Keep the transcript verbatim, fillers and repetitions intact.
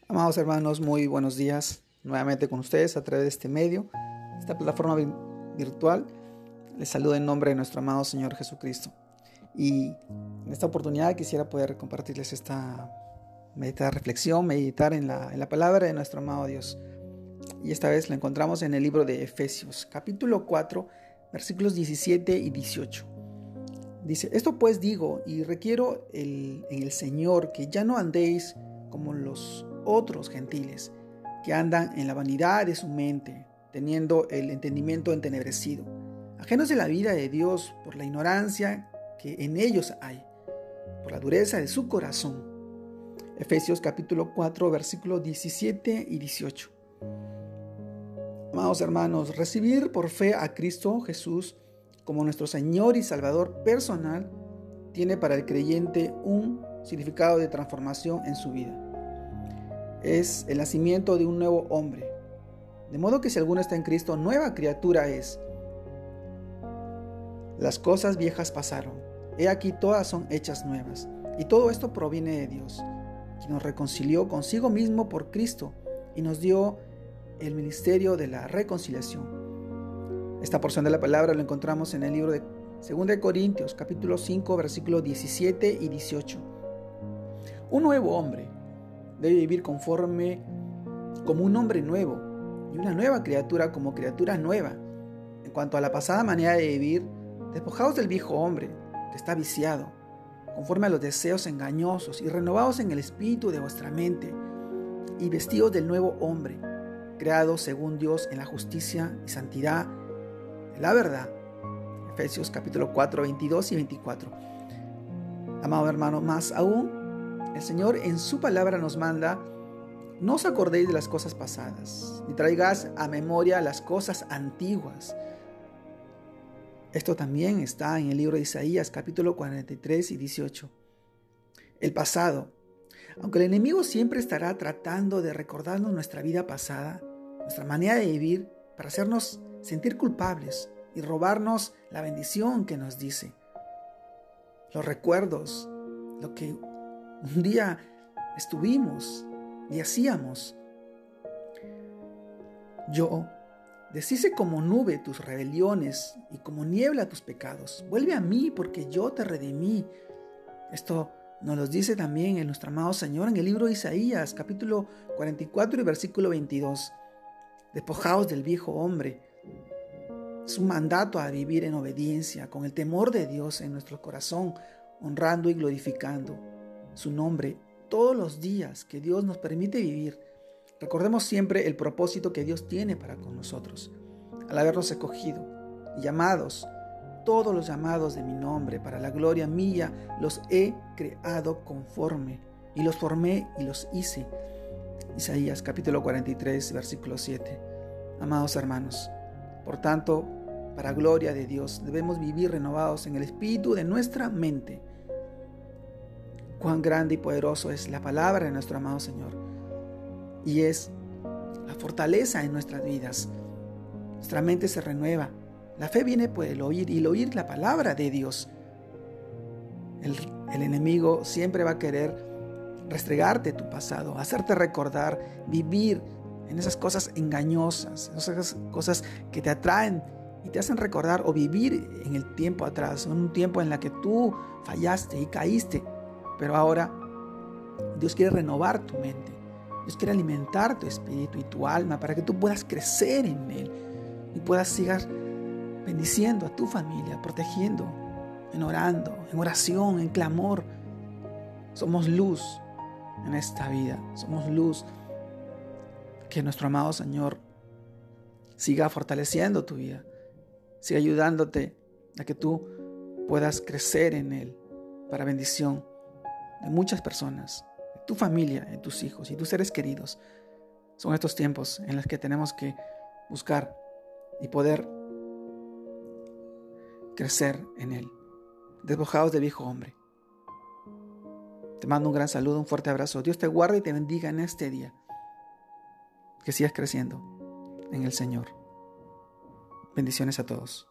Amados hermanos, muy buenos días nuevamente con ustedes a través de este medio, esta plataforma virtual. Les saludo en nombre de nuestro amado Señor Jesucristo. Y en esta oportunidad quisiera poder compartirles esta meditar, reflexión, meditar en la, en la palabra de nuestro amado Dios. Y esta vez la encontramos en el libro de Efesios, capítulo cuatro, versículos diecisiete y dieciocho. Dice: esto pues digo y requiero el, en el Señor que ya no andéis como los otros gentiles, que andan en la vanidad de su mente, teniendo el entendimiento entenebrecido, ajenos de la vida de Dios por la ignorancia que en ellos hay, por la dureza de su corazón. Efesios capítulo cuatro, versículos diecisiete y dieciocho. Amados hermanos, recibir por fe a Cristo Jesús como nuestro Señor y Salvador personal tiene para el creyente un significado de transformación en su vida. Es el nacimiento de un nuevo hombre. De modo que si alguno está en Cristo, nueva criatura es. Las cosas viejas pasaron, he aquí todas son hechas nuevas. Y todo esto proviene de Dios, quien nos reconcilió consigo mismo por Cristo y nos dio el ministerio de la reconciliación. Esta porción de la palabra lo encontramos en el libro de segunda de Corintios, capítulo cinco, versículos diecisiete y dieciocho. Un nuevo hombre debe vivir conforme como un hombre nuevo y una nueva criatura como criatura nueva. En cuanto a la pasada manera de vivir, despojaos del viejo hombre que está viciado, conforme a los deseos engañosos, y renovaos en el espíritu de vuestra mente, y vestidos del nuevo hombre, creado según Dios en la justicia y santidad de la verdad. Efesios capítulo cuatro, veintidós y veinticuatro. Amado hermano, más aún, el Señor en su palabra nos manda: no os acordéis de las cosas pasadas, ni traigáis a memoria las cosas antiguas. Esto también está en el libro de Isaías, capítulo cuarenta y tres y dieciocho. El pasado. Aunque el enemigo siempre estará tratando de recordarnos nuestra vida pasada, nuestra manera de vivir, para hacernos sentir culpables y robarnos la bendición que nos dice. Los recuerdos, lo que un día estuvimos y hacíamos. Yo, deshice como nube tus rebeliones y como niebla tus pecados. Vuelve a mí porque yo te redimí. Esto nos lo dice también el nuestro amado Señor en el libro de Isaías, capítulo cuarenta y cuatro y versículo veintidós. Despojaos del viejo hombre. Es un mandato a vivir en obediencia, con el temor de Dios en nuestro corazón, honrando y glorificando su nombre todos los días que Dios nos permite vivir. Recordemos siempre el propósito que Dios tiene para con nosotros, al habernos escogido y llamados. Todos los llamados de mi nombre para la gloria mía los he creado conforme, y los formé y los hice. Isaías capítulo cuarenta y tres, versículo siete. Amados hermanos, por tanto, para gloria de Dios, debemos vivir renovados en el espíritu de nuestra mente. Cuán grande y poderoso es la palabra de nuestro amado Señor, y es la fortaleza en nuestras vidas. Nuestra mente se renueva. La fe viene por el oír, y el oír la palabra de Dios. El, el enemigo siempre va a querer restregarte tu pasado, hacerte recordar, vivir en esas cosas engañosas, esas cosas que te atraen y te hacen recordar o vivir en el tiempo atrás, en un tiempo en el que tú fallaste y caíste. Pero ahora Dios quiere renovar tu mente. Dios quiere alimentar tu espíritu y tu alma para que tú puedas crecer en Él y puedas seguir bendiciendo a tu familia, protegiendo, en orando, en oración, en clamor. Somos luz en esta vida. Somos luz. Que nuestro amado Señor siga fortaleciendo tu vida, siga ayudándote a que tú puedas crecer en Él para bendición de muchas personas, de tu familia, de tus hijos y tus seres queridos. Son estos tiempos en los que tenemos que buscar y poder crecer en Él, despojados del viejo hombre. Te mando un gran saludo, un fuerte abrazo. Dios te guarde y te bendiga en este día. Que sigas creciendo en el Señor. Bendiciones a todos.